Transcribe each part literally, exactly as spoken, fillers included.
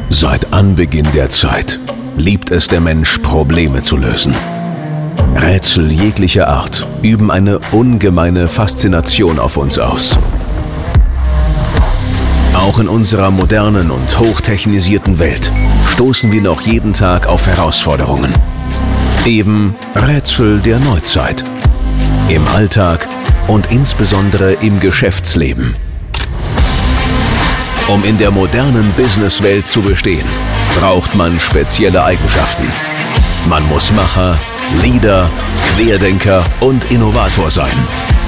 Seit Anbeginn der Zeit liebt es der Mensch, Probleme zu lösen. Rätsel jeglicher Art üben eine ungemeine Faszination auf uns aus. Auch in unserer modernen und hochtechnisierten Welt stoßen wir noch jeden Tag auf Herausforderungen. Eben Rätsel der Neuzeit. Im Alltag und insbesondere im Geschäftsleben. Um in der modernen Businesswelt zu bestehen, braucht man spezielle Eigenschaften. Man muss Macher, Leader, Querdenker und Innovator sein.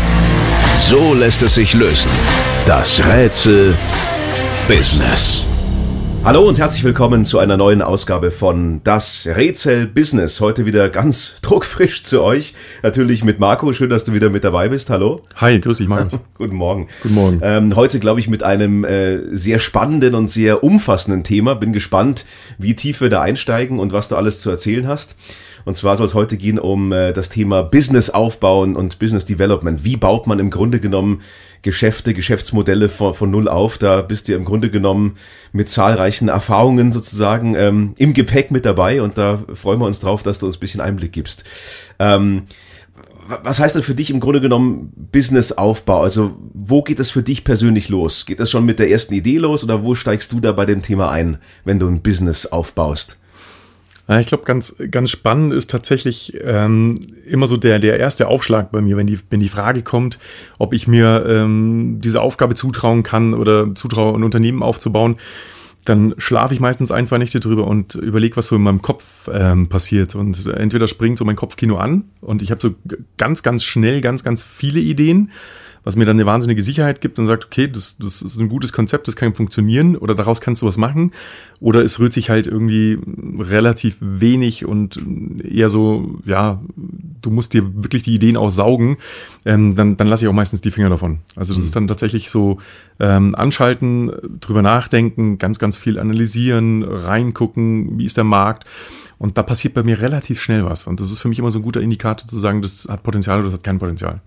So lässt es sich lösen. Das Rätsel Business. Hallo und herzlich willkommen zu einer neuen Ausgabe von Das Rätsel Business. Heute wieder ganz druckfrisch zu euch. Natürlich mit Marco. Schön, dass du wieder mit dabei bist. Hallo. Hi, grüß dich, Markus. Guten Morgen. Guten Morgen. Ähm, heute, glaube ich, mit einem äh, sehr spannenden und sehr umfassenden Thema. Bin gespannt, wie tief wir da einsteigen und was du alles zu erzählen hast. Und zwar soll es heute gehen um äh, das Thema Business aufbauen und Business Development. Wie baut man im Grunde genommen Geschäfte, Geschäftsmodelle von, von null auf? Da bist du im Grunde genommen mit zahlreichen Erfahrungen sozusagen ähm, im Gepäck mit dabei. Und da freuen wir uns drauf, dass du uns ein bisschen Einblick gibst. Ähm, was heißt denn für dich im Grunde genommen Businessaufbau? Also wo geht es für dich persönlich los? Geht das schon mit der ersten Idee los oder wo steigst du da bei dem Thema ein, wenn du ein Business aufbaust? Ja, ich glaube, ganz ganz spannend ist tatsächlich ähm, immer so der der erste Aufschlag bei mir, wenn die wenn die Frage kommt, ob ich mir ähm, diese Aufgabe zutrauen kann oder zutraue, ein Unternehmen aufzubauen. Dann schlafe ich meistens ein, zwei Nächte drüber und überlege, was so in meinem Kopf ähm, passiert. Und entweder springt so mein Kopfkino an und ich habe so ganz, ganz schnell ganz, ganz viele Ideen, was mir dann eine wahnsinnige Sicherheit gibt und sagt, okay, das, das ist ein gutes Konzept, das kann funktionieren oder daraus kannst du was machen. Oder es rührt sich halt irgendwie relativ wenig und eher so, ja, du musst dir wirklich die Ideen auch saugen, ähm, dann, dann lasse ich auch meistens die Finger davon. Also das mhm. ist dann tatsächlich so ähm, anschalten, drüber nachdenken, ganz, ganz viel analysieren, reingucken, wie ist der Markt. Und da passiert bei mir relativ schnell was. Und das ist für mich immer so ein guter Indikator zu sagen, das hat Potenzial oder das hat kein Potenzial.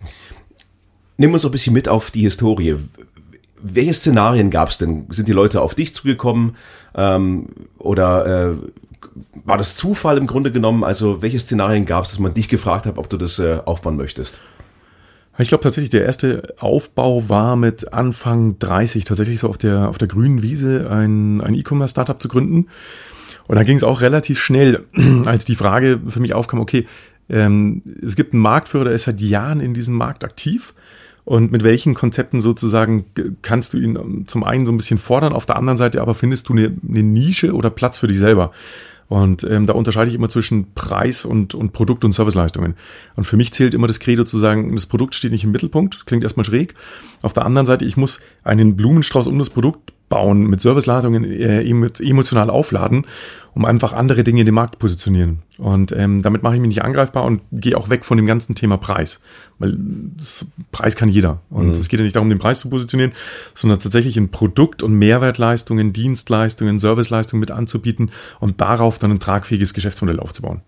Nimm uns ein bisschen mit auf die Historie. Welche Szenarien gab es denn? Sind die Leute auf dich zugekommen ähm, oder äh, war das Zufall im Grunde genommen? Also welche Szenarien gab es, dass man dich gefragt hat, ob du das äh, aufbauen möchtest? Ich glaube tatsächlich, der erste Aufbau war mit Anfang dreißig tatsächlich so auf der auf der grünen Wiese ein, ein E-Commerce-Startup zu gründen. Und da ging es auch relativ schnell, als die Frage für mich aufkam, okay, ähm, es gibt einen Marktführer, der ist seit Jahren in diesem Markt aktiv. Und mit welchen Konzepten sozusagen kannst du ihn zum einen so ein bisschen fordern, auf der anderen Seite aber findest du eine, eine Nische oder Platz für dich selber. Und ähm, da unterscheide ich immer zwischen Preis und, und Produkt- und Serviceleistungen. Und für mich zählt immer das Credo zu sagen, das Produkt steht nicht im Mittelpunkt, klingt erstmal schräg. Auf der anderen Seite, ich muss einen Blumenstrauß um das Produkt bauen, mit Serviceleistungen äh, emotional aufladen, um einfach andere Dinge in den Markt positionieren. Und ähm, damit mache ich mich nicht angreifbar und gehe auch weg von dem ganzen Thema Preis. Weil das Preis kann jeder. Und mhm. es geht ja nicht darum, den Preis zu positionieren, sondern tatsächlich in Produkt- und Mehrwertleistungen, Dienstleistungen, Serviceleistungen mit anzubieten und darauf dann ein tragfähiges Geschäftsmodell aufzubauen.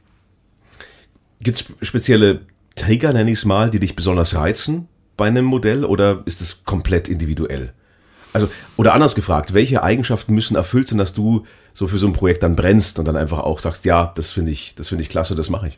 Gibt es spezielle Trigger, nenne ich es mal, die dich besonders reizen bei einem Modell oder ist es komplett individuell? Also, oder anders gefragt, welche Eigenschaften müssen erfüllt sein, dass du so für so ein Projekt dann brennst und dann einfach auch sagst, ja, das finde ich, das finde ich klasse, das mache ich?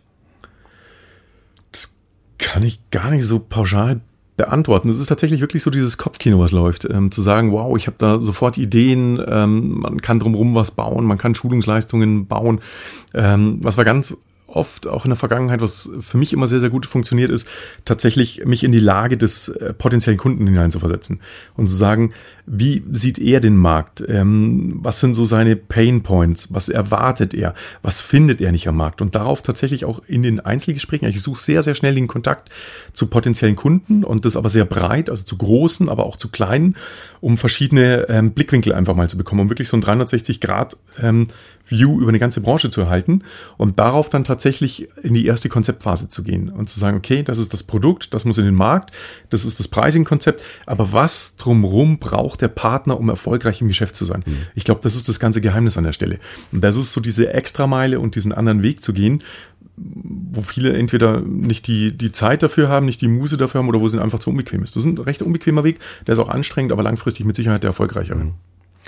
Das kann ich gar nicht so pauschal beantworten. Es ist tatsächlich wirklich so dieses Kopfkino, was läuft. Ähm, zu sagen, wow, ich habe da sofort Ideen, ähm, man kann drumherum was bauen, man kann Schulungsleistungen bauen. Ähm, was war ganz oft auch in der Vergangenheit, was für mich immer sehr, sehr gut funktioniert, ist tatsächlich mich in die Lage des äh, potenziellen Kunden hineinzuversetzen und zu sagen, wie sieht er den Markt? Ähm, was sind so seine Pain Points? Was erwartet er? Was findet er nicht am Markt? Und darauf tatsächlich auch in den Einzelgesprächen, ich suche sehr, sehr schnell den Kontakt zu potenziellen Kunden und das aber sehr breit, also zu großen, aber auch zu kleinen, um verschiedene ähm, Blickwinkel einfach mal zu bekommen, um wirklich so ein dreihundertsechzig Grad ähm, View über eine ganze Branche zu erhalten und darauf dann tatsächlich in die erste Konzeptphase zu gehen und zu sagen, okay, das ist das Produkt, das muss in den Markt, das ist das Pricing-Konzept, aber was drumherum braucht der Partner, um erfolgreich im Geschäft zu sein? Mhm. Ich glaube, das ist das ganze Geheimnis an der Stelle. Und das ist so diese Extrameile und diesen anderen Weg zu gehen, wo viele entweder nicht die, die Zeit dafür haben, nicht die Muse dafür haben oder wo es einfach zu unbequem ist. Das ist ein recht unbequemer Weg, der ist auch anstrengend, aber langfristig mit Sicherheit der erfolgreichere.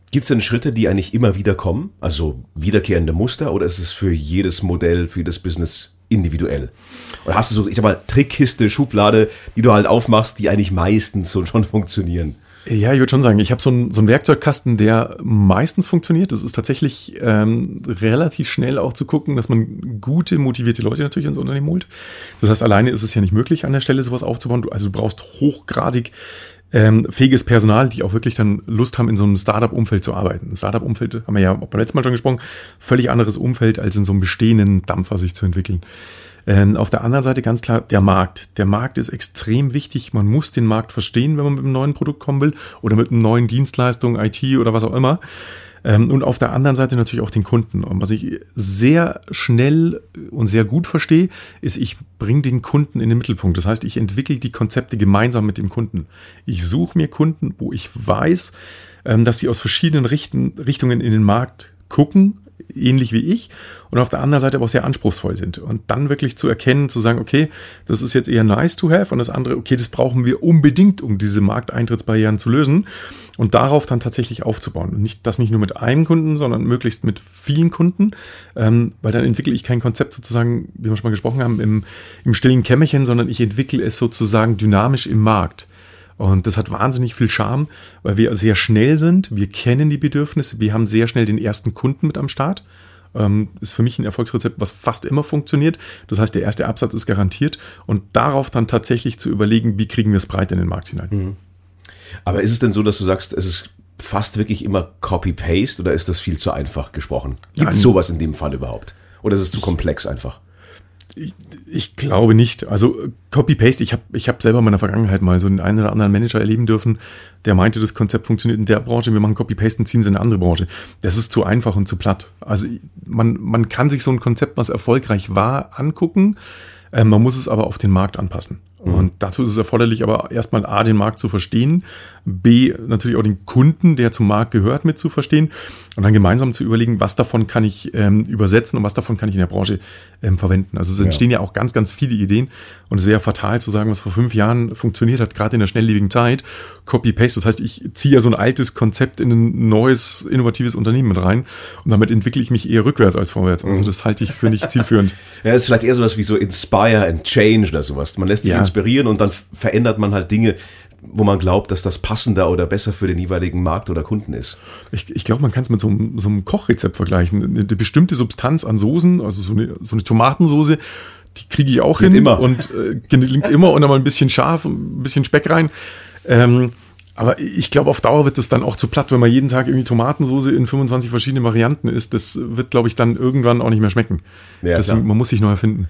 Gibt es denn Schritte, die eigentlich immer wieder kommen? Also wiederkehrende Muster, oder ist es für jedes Modell, für jedes Business individuell? Oder hast du so, ich sag mal, Trickkiste, Schublade, die du halt aufmachst, die eigentlich meistens so schon funktionieren? Ja, ich würde schon sagen, ich habe so einen so einen Werkzeugkasten, der meistens funktioniert. Das ist tatsächlich ähm, relativ schnell auch zu gucken, dass man gute, motivierte Leute natürlich ins Unternehmen holt. Das heißt, alleine ist es ja nicht möglich, an der Stelle sowas aufzubauen. Du, also du brauchst hochgradig ähm, fähiges Personal, die auch wirklich dann Lust haben, in so einem Startup-Umfeld zu arbeiten. Ein Startup-Umfeld, haben wir ja beim letzten Mal schon gesprochen, völlig anderes Umfeld, als in so einem bestehenden Dampfer sich zu entwickeln. Ähm, auf der anderen Seite ganz klar der Markt. Der Markt ist extrem wichtig. Man muss den Markt verstehen, wenn man mit einem neuen Produkt kommen will oder mit einer neuen Dienstleistung, I T oder was auch immer. Ähm, und auf der anderen Seite natürlich auch den Kunden. Und was ich sehr schnell und sehr gut verstehe, ist, ich bringe den Kunden in den Mittelpunkt. Das heißt, ich entwickle die Konzepte gemeinsam mit dem Kunden. Ich suche mir Kunden, wo ich weiß, ähm, dass sie aus verschiedenen Richten, Richtungen in den Markt gucken, ähnlich wie ich, und auf der anderen Seite aber auch sehr anspruchsvoll sind. Und dann wirklich zu erkennen, zu sagen, okay, das ist jetzt eher nice to have, und das andere, okay, das brauchen wir unbedingt, um diese Markteintrittsbarrieren zu lösen, und darauf dann tatsächlich aufzubauen. Und nicht, das nicht nur mit einem Kunden, sondern möglichst mit vielen Kunden, ähm, weil dann entwickle ich kein Konzept sozusagen, wie wir schon mal gesprochen haben, im, im stillen Kämmerchen, sondern ich entwickle es sozusagen dynamisch im Markt. Und das hat wahnsinnig viel Charme, weil wir sehr schnell sind, wir kennen die Bedürfnisse, wir haben sehr schnell den ersten Kunden mit am Start. Ähm, ist für mich ein Erfolgsrezept, was fast immer funktioniert. Das heißt, der erste Absatz ist garantiert, und darauf dann tatsächlich zu überlegen, wie kriegen wir es breit in den Markt hinein. Mhm. Aber ist es denn so, dass du sagst, es ist fast wirklich immer Copy-Paste, oder ist das viel zu einfach gesprochen? Gibt es sowas in dem Fall überhaupt? Oder ist es zu komplex einfach? Ich, ich glaube nicht. Also Copy-Paste, ich habe ich hab selber in meiner Vergangenheit mal so einen einen oder anderen Manager erleben dürfen, der meinte, das Konzept funktioniert in der Branche, wir machen Copy-Paste und ziehen es in eine andere Branche. Das ist zu einfach und zu platt. Also man, man kann sich so ein Konzept, was erfolgreich war, angucken, äh, man muss es aber auf den Markt anpassen. Mhm. Und dazu ist es erforderlich, aber erstmal A, den Markt zu verstehen, B, natürlich auch den Kunden, der zum Markt gehört, mit zu verstehen, und dann gemeinsam zu überlegen, was davon kann ich ähm, übersetzen und was davon kann ich in der Branche ähm, verwenden. Also es entstehen ja. ja auch ganz, ganz viele Ideen, und es wäre fatal zu sagen, was vor fünf Jahren funktioniert hat, gerade in der schnelllebigen Zeit, Copy-Paste. Das heißt, ich ziehe ja so ein altes Konzept in ein neues, innovatives Unternehmen mit rein, und damit entwickle ich mich eher rückwärts als vorwärts. Also das halte ich für nicht zielführend. Ja, das ist vielleicht eher sowas wie so Inspire and Change oder sowas. Man lässt sich ja. inspirieren, und dann verändert man halt Dinge, wo man glaubt, dass das passender oder besser für den jeweiligen Markt oder Kunden ist. Ich, ich glaube, man kann es mit so einem, so einem Kochrezept vergleichen. Eine, eine bestimmte Substanz an Soßen, also so eine, so eine Tomatensoße, die kriege ich auch Geht hin. Immer. Und äh, gelingt immer, und dann mal ein bisschen scharf, ein bisschen Speck rein. Ähm, aber ich glaube, auf Dauer wird das dann auch zu platt, wenn man jeden Tag irgendwie Tomatensoße in fünfundzwanzig verschiedenen Varianten isst. Das wird, glaube ich, dann irgendwann auch nicht mehr schmecken. Ja, Deswegen, man muss sich neu erfinden.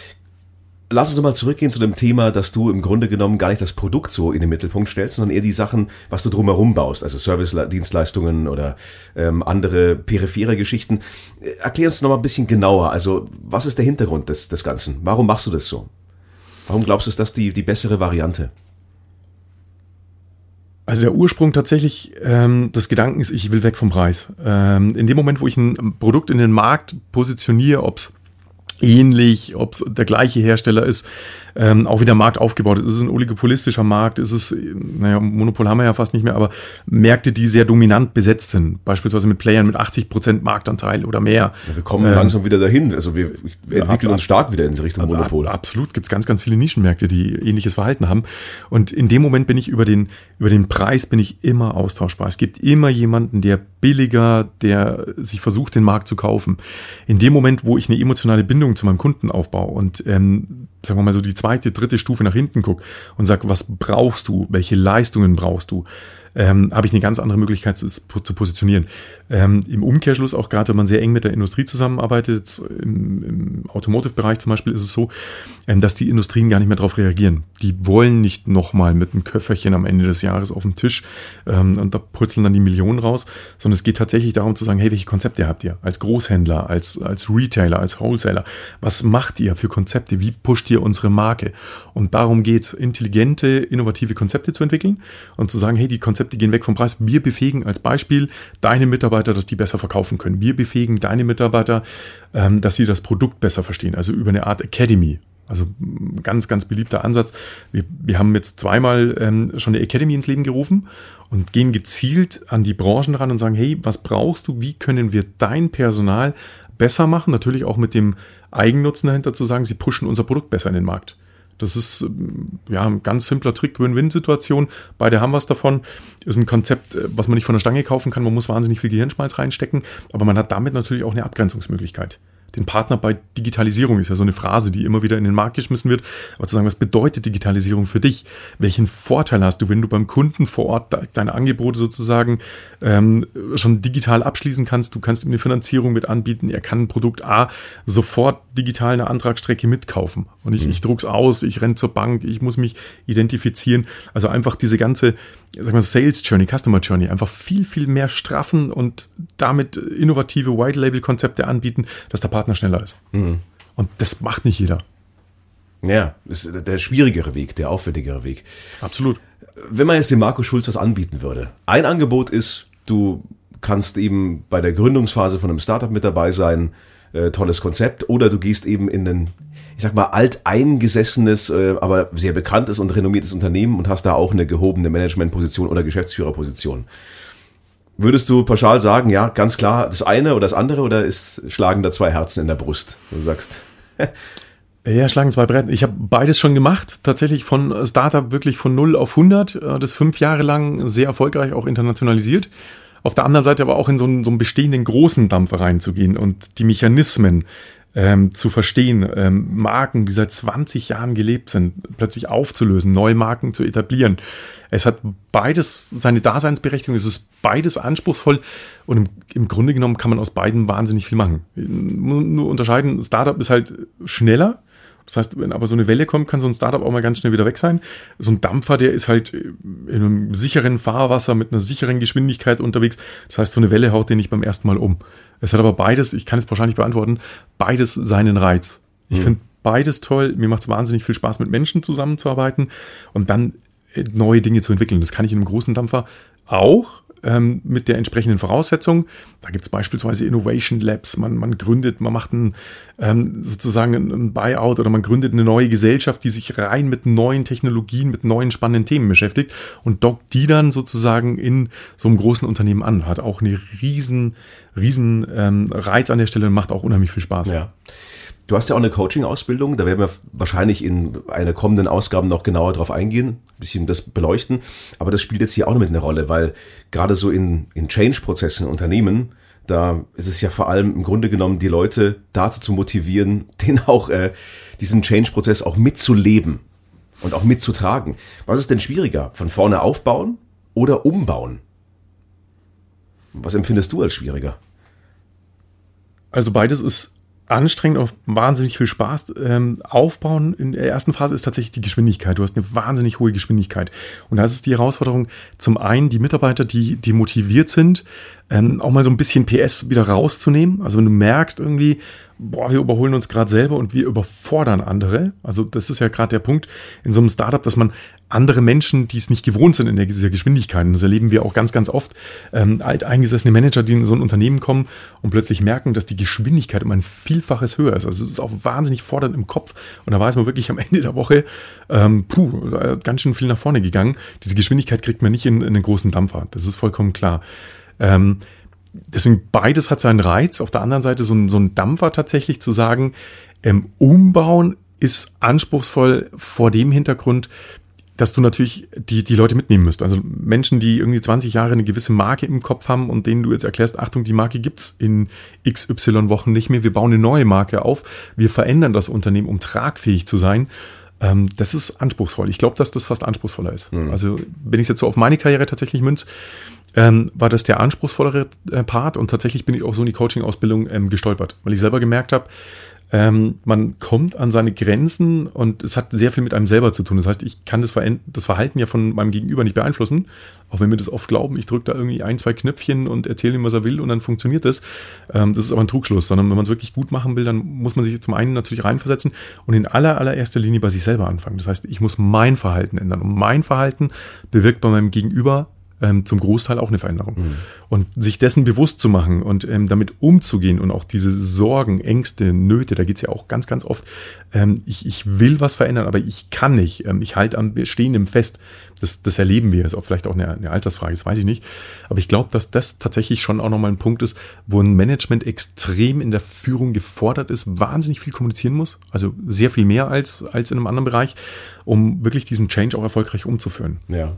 Lass uns mal zurückgehen zu dem Thema, dass du im Grunde genommen gar nicht das Produkt so in den Mittelpunkt stellst, sondern eher die Sachen, was du drumherum baust, also Service-Dienstleistungen oder ähm, andere periphere Geschichten. Erklär uns noch mal ein bisschen genauer. Also was ist der Hintergrund des, des Ganzen? Warum machst du das so? Warum glaubst du, ist das die, die bessere Variante? Also der Ursprung tatsächlich ähm, des Gedanken ist, ich will weg vom Preis. Ähm, in dem Moment, wo ich ein Produkt in den Markt positioniere, ob es ähnlich, ob es der gleiche Hersteller ist, ähm, auch wie der Markt aufgebaut ist. Ist es ein oligopolistischer Markt? Ist es, naja, Monopol haben wir ja fast nicht mehr, aber Märkte, die sehr dominant besetzt sind, beispielsweise mit Playern mit achtzig Prozent Marktanteil oder mehr. Ja, wir kommen ähm, langsam wieder dahin. Also wir, wir entwickeln ab, uns stark wieder in Richtung Monopol. Ab, absolut, gibt es ganz, ganz viele Nischenmärkte, die ähnliches Verhalten haben. Und in dem Moment bin ich über den, über den Preis bin ich immer austauschbar. Es gibt immer jemanden, der billiger, der sich versucht, den Markt zu kaufen. In dem Moment, wo ich eine emotionale Bindung zu meinem Kunden aufbaue und ähm, sagen wir mal so die zweite, dritte Stufe nach hinten gucke und sage, was brauchst du, welche Leistungen brauchst du, ähm, habe ich eine ganz andere Möglichkeit zu, zu positionieren. Ähm, im Umkehrschluss, auch gerade wenn man sehr eng mit der Industrie zusammenarbeitet, im, im Automotive-Bereich zum Beispiel, ist es so, ähm, dass die Industrien gar nicht mehr darauf reagieren. Die wollen nicht nochmal mit einem Köfferchen am Ende des Jahres auf dem Tisch ähm, und da purzeln dann die Millionen raus, sondern es geht tatsächlich darum zu sagen, hey, welche Konzepte habt ihr als Großhändler, als, als Retailer, als Wholesaler? Was macht ihr für Konzepte? Wie pusht ihr unsere Marke? Und darum geht es, intelligente, innovative Konzepte zu entwickeln und zu sagen, hey, die Konzepte die gehen weg vom Preis. Wir befähigen als Beispiel deine Mitarbeiter, dass die besser verkaufen können. Wir befähigen deine Mitarbeiter, ähm, dass sie das Produkt besser verstehen. Also über eine Art Academy. Also ganz, ganz beliebter Ansatz. Wir, wir haben jetzt zweimal ähm, schon eine Academy ins Leben gerufen und gehen gezielt an die Branchen ran und sagen, hey, was brauchst du? Wie können wir dein Personal besser machen? Natürlich auch mit dem Eigennutzen dahinter zu sagen, sie pushen unser Produkt besser in den Markt. Das ist ja ein ganz simpler Trick, Win-Win-Situation. Beide haben was davon. Ist ein Konzept, was man nicht von der Stange kaufen kann. Man muss wahnsinnig viel Gehirnschmalz reinstecken, aber man hat damit natürlich auch eine Abgrenzungsmöglichkeit. Den Partner bei Digitalisierung ist ja so eine Phrase, die immer wieder in den Markt geschmissen wird. Aber zu sagen, was bedeutet Digitalisierung für dich? Welchen Vorteil hast du, wenn du beim Kunden vor Ort deine Angebote sozusagen ähm, schon digital abschließen kannst? Du kannst ihm eine Finanzierung mit anbieten. Er kann Produkt A sofort digital eine Antragsstrecke mitkaufen. Und ich, mhm. ich druck's aus, ich renne zur Bank, ich muss mich identifizieren. Also einfach diese ganze, sag mal, Sales Journey, Customer Journey einfach viel, viel mehr straffen und damit innovative White-Label-Konzepte anbieten, dass der Partner schneller ist. Mhm. Und das macht nicht jeder. Ja, ist der schwierigere Weg, der aufwendigere Weg. Absolut. Wenn man jetzt dem Marco Schulz was anbieten würde. Ein Angebot ist, du kannst eben bei der Gründungsphase von einem Startup mit dabei sein, äh, tolles Konzept, oder du gehst eben in ein, ich sag mal, alteingesessenes, äh, aber sehr bekanntes und renommiertes Unternehmen und hast da auch eine gehobene Managementposition oder Geschäftsführerposition. Würdest du pauschal sagen, ja, ganz klar, das eine oder das andere, oder ist, schlagen da zwei Herzen in der Brust? Du sagst, ja, schlagen zwei Bretter. Ich habe beides schon gemacht, tatsächlich von Startup wirklich von null auf hundert, das fünf Jahre lang sehr erfolgreich auch internationalisiert. Auf der anderen Seite aber auch in so einen, so einen bestehenden großen Dampfer reinzugehen und die Mechanismen ähm, zu verstehen, ähm, Marken, die seit zwanzig Jahren gelebt sind, plötzlich aufzulösen, neue Marken zu etablieren. Es hat beides seine Daseinsberechtigung, es ist beides anspruchsvoll und im, im Grunde genommen kann man aus beiden wahnsinnig viel machen. Man muss nur unterscheiden, Startup ist halt schneller. Das heißt, wenn aber so eine Welle kommt, kann so ein Startup auch mal ganz schnell wieder weg sein. So ein Dampfer, der ist halt in einem sicheren Fahrwasser mit einer sicheren Geschwindigkeit unterwegs. Das heißt, so eine Welle haut den nicht beim ersten Mal um. Es hat aber beides, ich kann es wahrscheinlich beantworten, beides seinen Reiz. Ich mhm. finde beides toll. Mir macht es wahnsinnig viel Spaß, mit Menschen zusammenzuarbeiten und dann neue Dinge zu entwickeln. Das kann ich in einem großen Dampfer auch. Ähm, mit der entsprechenden Voraussetzung. Da gibt es beispielsweise Innovation Labs, man, man gründet, man macht ein, ähm, sozusagen ein Buyout oder man gründet eine neue Gesellschaft, die sich rein mit neuen Technologien, mit neuen spannenden Themen beschäftigt und dockt die dann sozusagen in so einem großen Unternehmen an. Hat auch eine riesen, riesen ähm, Reiz an der Stelle und macht auch unheimlich viel Spaß. Ja. Du hast ja auch eine Coaching-Ausbildung, da werden wir wahrscheinlich in einer kommenden Ausgabe noch genauer drauf eingehen, ein bisschen das beleuchten, aber das spielt jetzt hier auch noch mit eine Rolle, weil gerade so in, in Change-Prozessen in Unternehmen, da ist es ja vor allem im Grunde genommen, die Leute dazu zu motivieren, den auch äh, diesen Change-Prozess auch mitzuleben und auch mitzutragen. Was ist denn schwieriger, von vorne aufbauen oder umbauen? Was empfindest du als schwieriger? Also beides ist anstrengend, auch wahnsinnig viel Spaß. Ähm, aufbauen in der ersten Phase ist tatsächlich die Geschwindigkeit. Du hast eine wahnsinnig hohe Geschwindigkeit. Und da ist es die Herausforderung, zum einen die Mitarbeiter, die, die motiviert sind, ähm, auch mal so ein bisschen P S wieder rauszunehmen. Also wenn du merkst irgendwie, boah, wir überholen uns gerade selber und wir überfordern andere. Also das ist ja gerade der Punkt in so einem Startup, dass man andere Menschen, die es nicht gewohnt sind in dieser Geschwindigkeit, und das erleben wir auch ganz, ganz oft, ähm, alteingesessene Manager, die in so ein Unternehmen kommen und plötzlich merken, dass die Geschwindigkeit um ein Vielfaches höher ist. Also es ist auch wahnsinnig fordernd im Kopf und da weiß man wirklich am Ende der Woche, ähm, puh, ganz schön viel nach vorne gegangen. Diese Geschwindigkeit kriegt man nicht in, in einen großen Dampfer. Das ist vollkommen klar. Ähm, Deswegen beides hat seinen Reiz. Auf der anderen Seite so ein, so ein Dampfer tatsächlich zu sagen, ähm, umbauen ist anspruchsvoll vor dem Hintergrund, dass du natürlich die, die Leute mitnehmen müsst. Also Menschen, die irgendwie zwanzig Jahre eine gewisse Marke im Kopf haben und denen du jetzt erklärst, Achtung, die Marke gibt's in X Y Wochen nicht mehr. Wir bauen eine neue Marke auf. Wir verändern das Unternehmen, um tragfähig zu sein. Ähm, das ist anspruchsvoll. Ich glaube, dass das fast anspruchsvoller ist. Mhm. Also wenn ich es jetzt so auf meine Karriere tatsächlich münze, Ähm, war das der anspruchsvollere äh, Part und tatsächlich bin ich auch so in die Coaching-Ausbildung ähm, gestolpert, weil ich selber gemerkt habe, ähm, man kommt an seine Grenzen und es hat sehr viel mit einem selber zu tun. Das heißt, ich kann das, Ver- das Verhalten ja von meinem Gegenüber nicht beeinflussen, auch wenn wir das oft glauben, ich drücke da irgendwie ein, zwei Knöpfchen und erzähle ihm, was er will und dann funktioniert das. Ähm, das ist aber ein Trugschluss, sondern wenn man es wirklich gut machen will, dann muss man sich zum einen natürlich reinversetzen und in aller, allererster Linie bei sich selber anfangen. Das heißt, ich muss mein Verhalten ändern und mein Verhalten bewirkt bei meinem Gegenüber ähm, zum Großteil auch eine Veränderung. Mhm. Und sich dessen bewusst zu machen und ähm, damit umzugehen und auch diese Sorgen, Ängste, Nöte, da geht es ja auch ganz, ganz oft, ähm, ich, ich will was verändern, aber ich kann nicht. Ähm, ich halte am Bestehendem fest. Das, das erleben wir, ist auch vielleicht auch eine, eine Altersfrage, das weiß ich nicht. Aber ich glaube, dass das tatsächlich schon auch nochmal ein Punkt ist, wo ein Management extrem in der Führung gefordert ist, wahnsinnig viel kommunizieren muss, also sehr viel mehr als, als in einem anderen Bereich, um wirklich diesen Change auch erfolgreich umzuführen. Ja.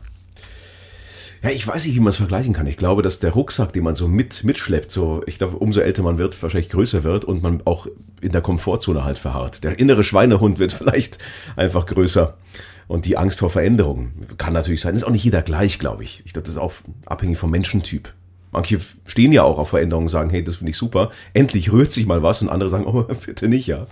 Ja, ich weiß nicht, wie man es vergleichen kann. Ich glaube, dass der Rucksack, den man so mit mitschleppt, so, ich glaube, umso älter man wird, wahrscheinlich größer wird und man auch in der Komfortzone halt verharrt. Der innere Schweinehund wird vielleicht einfach größer und die Angst vor Veränderung kann natürlich sein. Ist auch nicht jeder gleich, glaube ich. Ich glaube, das ist auch abhängig vom Menschentyp. Manche stehen ja auch auf Veränderungen und sagen, hey, das finde ich super. Endlich rührt sich mal was und andere sagen, oh, bitte nicht, ja.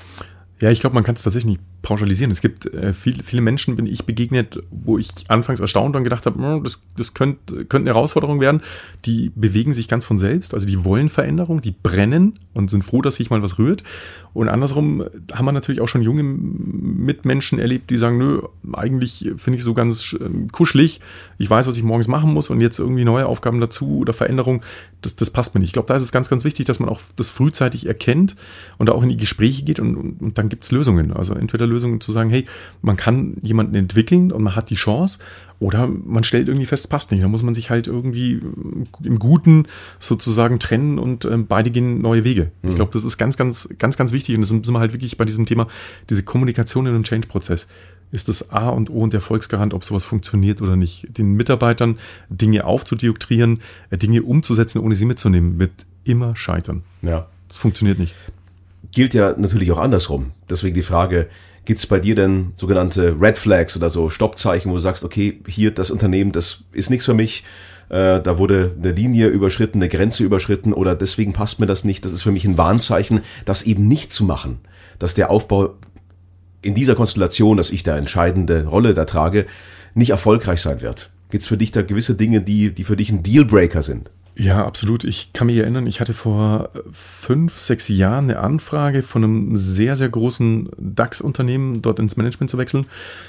Ja, ich glaube, man kann es tatsächlich nicht pauschalisieren. Es gibt äh, viel, viele Menschen, bin ich begegnet, wo ich anfangs erstaunt und gedacht habe, oh, das, das könnte könnte eine Herausforderung werden. Die bewegen sich ganz von selbst, also die wollen Veränderung, die brennen und sind froh, dass sich mal was rührt. Und andersrum haben wir natürlich auch schon junge Mitmenschen erlebt, die sagen, nö, eigentlich finde ich so ganz äh, kuschelig. Ich weiß, was ich morgens machen muss und jetzt irgendwie neue Aufgaben dazu oder Veränderung, das, das passt mir nicht. Ich glaube, da ist es ganz, ganz wichtig, dass man auch das frühzeitig erkennt und da auch in die Gespräche geht und, und, und dann gibt es Lösungen. Also entweder Lösungen zu sagen, hey, man kann jemanden entwickeln und man hat die Chance, oder man stellt irgendwie fest, es passt nicht. Da muss man sich halt irgendwie im Guten sozusagen trennen und äh, beide gehen neue Wege. Mhm. Ich glaube, das ist ganz, ganz, ganz, ganz wichtig und das sind wir halt wirklich bei diesem Thema, diese Kommunikation in einem Change-Prozess ist das A und O und der Erfolgsgarant, ob sowas funktioniert oder nicht. Den Mitarbeitern Dinge aufzudioktrieren, Dinge umzusetzen, ohne sie mitzunehmen, wird immer scheitern. Ja. Das funktioniert nicht. Gilt ja natürlich auch andersrum. Deswegen die Frage, gibt es bei dir denn sogenannte Red Flags oder so Stoppzeichen, wo du sagst, okay, hier das Unternehmen, das ist nichts für mich, äh, da wurde eine Linie überschritten, eine Grenze überschritten oder deswegen passt mir das nicht, das ist für mich ein Warnzeichen, das eben nicht zu machen, dass der Aufbau in dieser Konstellation, dass ich da entscheidende Rolle da trage, nicht erfolgreich sein wird. Gibt es für dich da gewisse Dinge, die, die für dich ein Dealbreaker sind? Ja, absolut. Ich kann mich erinnern, ich hatte vor fünf, sechs Jahren eine Anfrage von einem sehr, sehr großen DAX-Unternehmen, dort ins Management zu wechseln.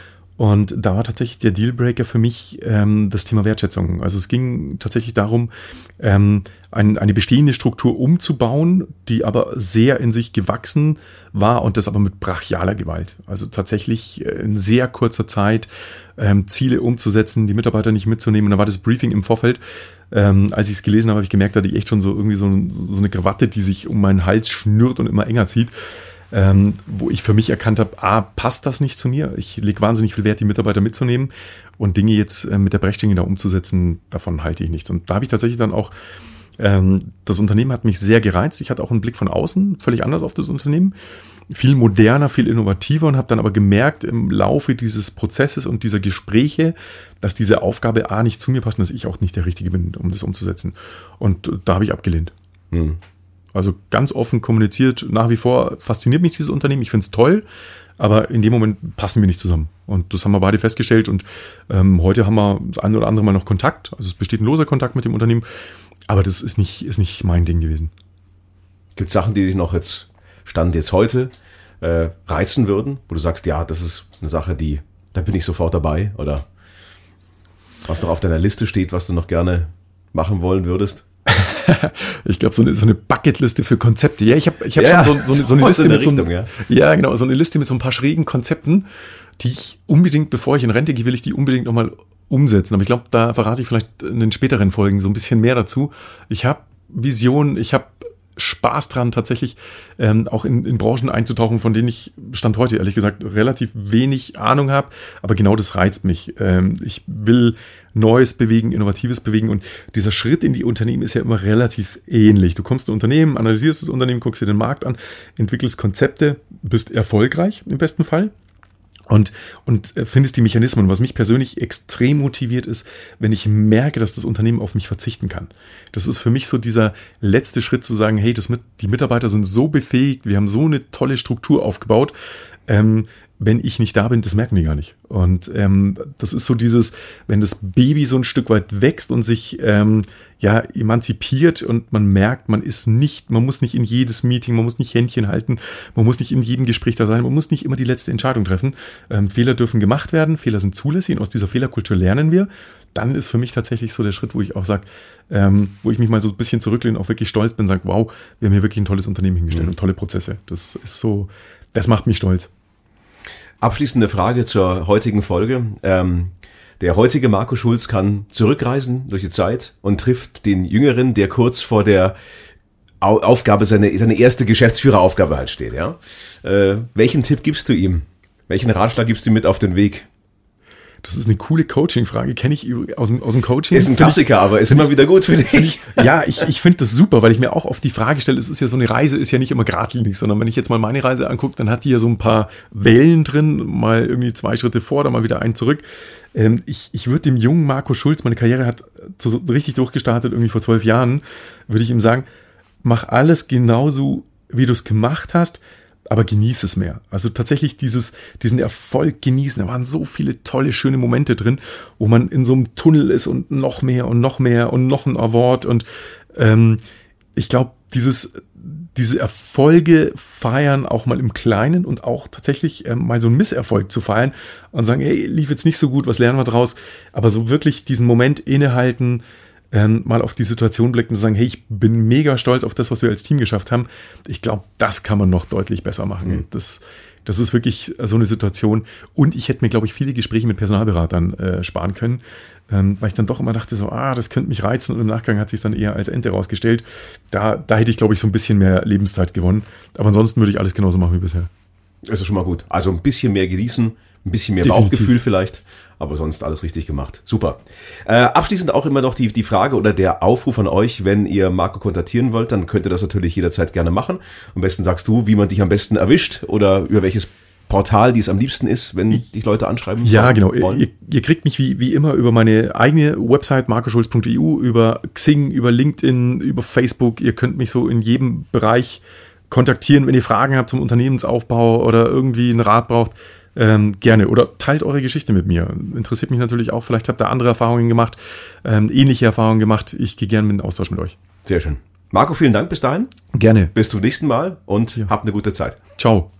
Und da war tatsächlich der Dealbreaker für mich ähm, das Thema Wertschätzung. Also es ging tatsächlich darum, ähm, ein, eine bestehende Struktur umzubauen, die aber sehr in sich gewachsen war und das aber mit brachialer Gewalt. Also tatsächlich in sehr kurzer Zeit ähm, Ziele umzusetzen, die Mitarbeiter nicht mitzunehmen. Und da war das Briefing im Vorfeld. Ähm, als ich es gelesen habe, habe ich gemerkt, da hatte ich echt schon so irgendwie so, so eine Krawatte, die sich um meinen Hals schnürt und immer enger zieht. Ähm, wo ich für mich erkannt habe, A, passt das nicht zu mir. Ich lege wahnsinnig viel Wert, die Mitarbeiter mitzunehmen und Dinge jetzt äh, mit der Brechstange da umzusetzen, davon halte ich nichts. Und da habe ich tatsächlich dann auch, ähm, das Unternehmen hat mich sehr gereizt. Ich hatte auch einen Blick von außen, völlig anders auf das Unternehmen. Viel moderner, viel innovativer und habe dann aber gemerkt im Laufe dieses Prozesses und dieser Gespräche, dass diese Aufgabe A nicht zu mir passt und dass ich auch nicht der Richtige bin, um das umzusetzen. Und da habe ich abgelehnt. Hm. Also ganz offen kommuniziert, nach wie vor fasziniert mich dieses Unternehmen, ich finde es toll, aber in dem Moment passen wir nicht zusammen. Und das haben wir beide festgestellt und ähm, heute haben wir das eine oder andere Mal noch Kontakt, also es besteht ein loser Kontakt mit dem Unternehmen, aber das ist nicht, ist nicht mein Ding gewesen. Gibt es Sachen, die dich noch jetzt, Stand jetzt heute, äh, reizen würden, wo du sagst, ja, das ist eine Sache, die, da bin ich sofort dabei, oder was noch auf deiner Liste steht, was du noch gerne machen wollen würdest? Ich glaube, so eine, so eine Bucketliste für Konzepte. Ja, ich habe ich hab ja, schon so, so, so eine Liste mit Richtung, so ein, ja. ja, genau, so eine Liste mit so ein paar schrägen Konzepten, die ich unbedingt, bevor ich in Rente gehe, will ich die unbedingt nochmal umsetzen. Aber ich glaube, da verrate ich vielleicht in den späteren Folgen so ein bisschen mehr dazu. Ich habe Visionen, ich habe Spaß dran, tatsächlich ähm, auch in, in Branchen einzutauchen, von denen ich Stand heute, ehrlich gesagt, relativ wenig Ahnung habe. Aber genau das reizt mich. Ähm, ich will Neues bewegen, Innovatives bewegen und dieser Schritt in die Unternehmen ist ja immer relativ ähnlich. Du kommst in ein Unternehmen, analysierst das Unternehmen, guckst dir den Markt an, entwickelst Konzepte, bist erfolgreich im besten Fall. Und, und findest die Mechanismen. Was mich persönlich extrem motiviert ist, wenn ich merke, dass das Unternehmen auf mich verzichten kann. Das ist für mich so dieser letzte Schritt zu sagen, hey, das mit, die Mitarbeiter sind so befähigt, wir haben so eine tolle Struktur aufgebaut, ähm, wenn ich nicht da bin, das merken die gar nicht. Und ähm, das ist so dieses, wenn das Baby so ein Stück weit wächst und sich ähm, ja emanzipiert und man merkt, man ist nicht, man muss nicht in jedes Meeting, man muss nicht Händchen halten, man muss nicht in jedem Gespräch da sein, man muss nicht immer die letzte Entscheidung treffen. Ähm, Fehler dürfen gemacht werden, Fehler sind zulässig und aus dieser Fehlerkultur lernen wir. dann ist für mich tatsächlich so der Schritt, wo ich auch sage, ähm, wo ich mich mal so ein bisschen zurücklehne und auch wirklich stolz bin, sage, wow, wir haben hier wirklich ein tolles Unternehmen hingestellt mhm. und tolle Prozesse. Das ist so, das macht mich stolz. Abschließende Frage zur heutigen Folge. Ähm, der heutige Marco Schulz kann zurückreisen durch die Zeit und trifft den Jüngeren, der kurz vor der Au- Aufgabe, seine, seine erste Geschäftsführeraufgabe halt steht. Ja? Äh, welchen Tipp gibst du ihm? Welchen Ratschlag gibst du mit auf den Weg? Das ist eine coole Coaching-Frage. Kenne ich aus dem, aus dem Coaching. Ist ein Klassiker, ich, aber ist immer wieder gut, finde ich. Ja, ich, ich finde das super, weil ich mir auch oft die Frage stelle, es ist ja so eine Reise, ist ja nicht immer geradlinig, sondern wenn ich jetzt mal meine Reise angucke, dann hat die ja so ein paar Wellen drin, mal irgendwie zwei Schritte vor, dann mal wieder einen zurück. Ähm, ich ich würde dem jungen Marco Schulz, meine Karriere hat so richtig durchgestartet, irgendwie vor zwölf Jahren, würde ich ihm sagen, mach alles genauso, wie du es gemacht hast, aber genieß es mehr. Also tatsächlich dieses, diesen Erfolg genießen. Da waren so viele tolle, schöne Momente drin, wo man in so einem Tunnel ist und noch mehr und noch mehr und noch ein Award. Und ähm, ich glaube, dieses, diese Erfolge feiern auch mal im Kleinen und auch tatsächlich ähm, mal so einen Misserfolg zu feiern und sagen, hey, lief jetzt nicht so gut, was lernen wir draus? Aber so wirklich diesen Moment innehalten, Ähm, mal auf die Situation blicken und sagen, hey, ich bin mega stolz auf das, was wir als Team geschafft haben. Ich glaube, das kann man noch deutlich besser machen. Mhm. Das, das ist wirklich so eine Situation. Und ich hätte mir, glaube ich, viele Gespräche mit Personalberatern äh, sparen können, ähm, weil ich dann doch immer dachte, so, ah, das könnte mich reizen. Und im Nachgang hat sich dann eher als Ente rausgestellt. Da, da hätte ich, glaube ich, so ein bisschen mehr Lebenszeit gewonnen. Aber ansonsten würde ich alles genauso machen wie bisher. Das ist schon mal gut. Also ein bisschen mehr genießen, ein bisschen mehr Definitiv. Bauchgefühl vielleicht, aber sonst alles richtig gemacht. Super. Äh, abschließend auch immer noch die, die Frage oder der Aufruf an euch, wenn ihr Marco kontaktieren wollt, dann könnt ihr das natürlich jederzeit gerne machen. Am besten sagst du, wie man dich am besten erwischt oder über welches Portal dies am liebsten ist, wenn dich Leute anschreiben wollen. Ja, genau. Ihr, ihr kriegt mich wie, wie immer über meine eigene Website marcoschulz punkt e u, über Xing, über LinkedIn, über Facebook. Ihr könnt mich so in jedem Bereich kontaktieren, wenn ihr Fragen habt zum Unternehmensaufbau oder irgendwie einen Rat braucht. Ähm, gerne. Oder teilt eure Geschichte mit mir. Interessiert mich natürlich auch. Vielleicht habt ihr andere Erfahrungen gemacht, ähm, ähnliche Erfahrungen gemacht. Ich gehe gerne in den Austausch mit euch. Sehr schön. Marco, vielen Dank bis dahin. Gerne. Bis zum nächsten Mal und ja. Habt eine gute Zeit. Ciao.